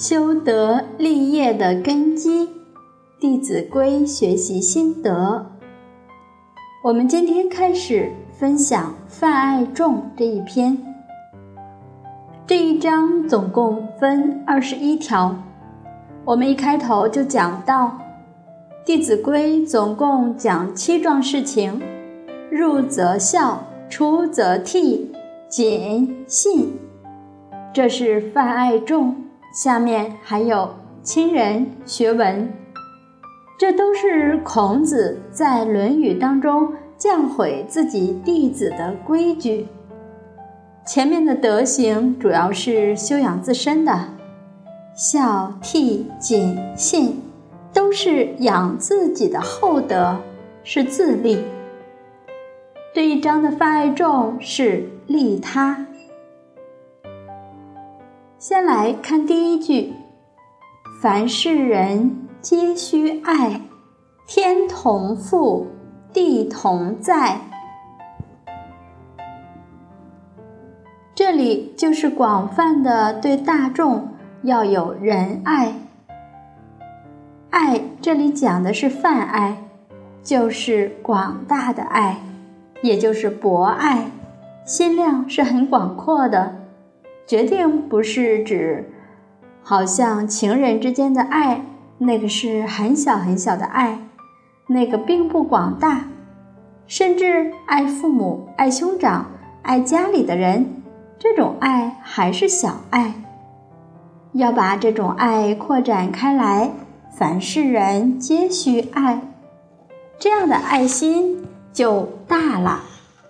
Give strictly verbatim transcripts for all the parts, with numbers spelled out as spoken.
修德立业的根基，《弟子规》学习心得。我们今天开始分享泛爱众这一篇。这一章总共分二十一条。我们一开头就讲到，《弟子规》总共讲七桩事情：入则孝，出则悌，谨信。这是泛爱众。下面还有亲人、学文，这都是孔子在《论语》当中教诲自己弟子的规矩。前面的德行主要是修养自身的，孝、悌、谨、信都是养自己的厚德，是自立。这一章的泛爱众是利他。先来看第一句，凡是人皆须爱，天同覆，地同在。这里就是广泛的对大众要有仁爱。爱这里讲的是泛爱，就是广大的爱，也就是博爱，心量是很广阔的。决定不是指好像情人之间的爱，那个是很小很小的爱，那个并不广大。甚至爱父母、爱兄长、爱家里的人，这种爱还是小爱。要把这种爱扩展开来，凡是人皆须爱，这样的爱心就大了。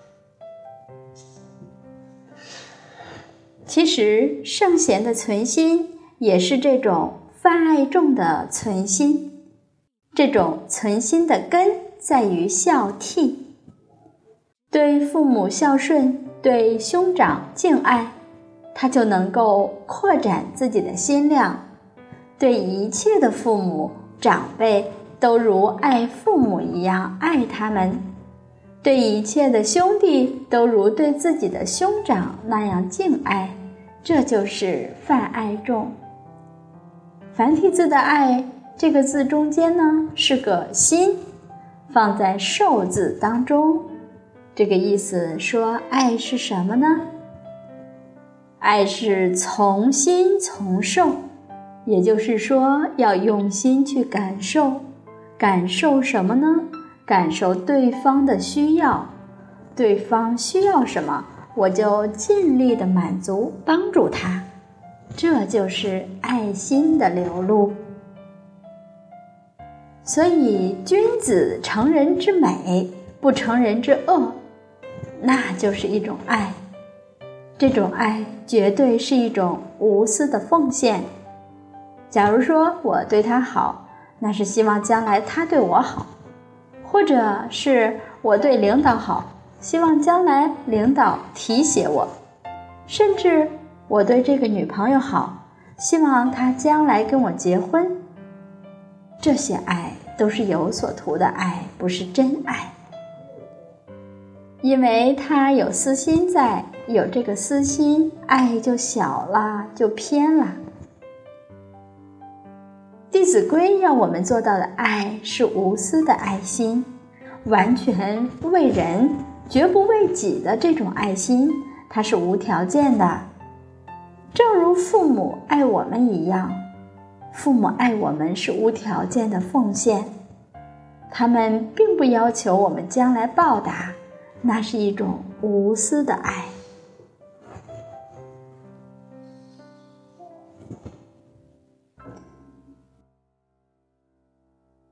其实圣贤的存心也是这种泛爱众的存心，这种存心的根在于孝悌，对父母孝顺，对兄长敬爱，他就能够扩展自己的心量，对一切的父母长辈都如爱父母一样爱他们，对一切的兄弟都如对自己的兄长那样敬爱。这就是泛爱众。繁体字的爱这个字中间呢是个心，放在受字当中。这个意思说爱是什么呢？爱是从心从受，也就是说要用心去感受。感受什么呢？感受对方的需要，对方需要什么，我就尽力的满足帮助他，这就是爱心的流露。所以君子成人之美，不成人之恶，那就是一种爱。这种爱绝对是一种无私的奉献。假如说我对他好，那是希望将来他对我好，或者是我对领导好，希望将来领导提携我，甚至我对这个女朋友好，希望她将来跟我结婚。这些爱都是有所图的爱，不是真爱。因为他有私心在，有这个私心，爱就小了，就偏了。弟子规要我们做到的爱是无私的爱心，完全为人绝不为己的这种爱心，它是无条件的。正如父母爱我们一样，父母爱我们是无条件的奉献，他们并不要求我们将来报答，那是一种无私的爱。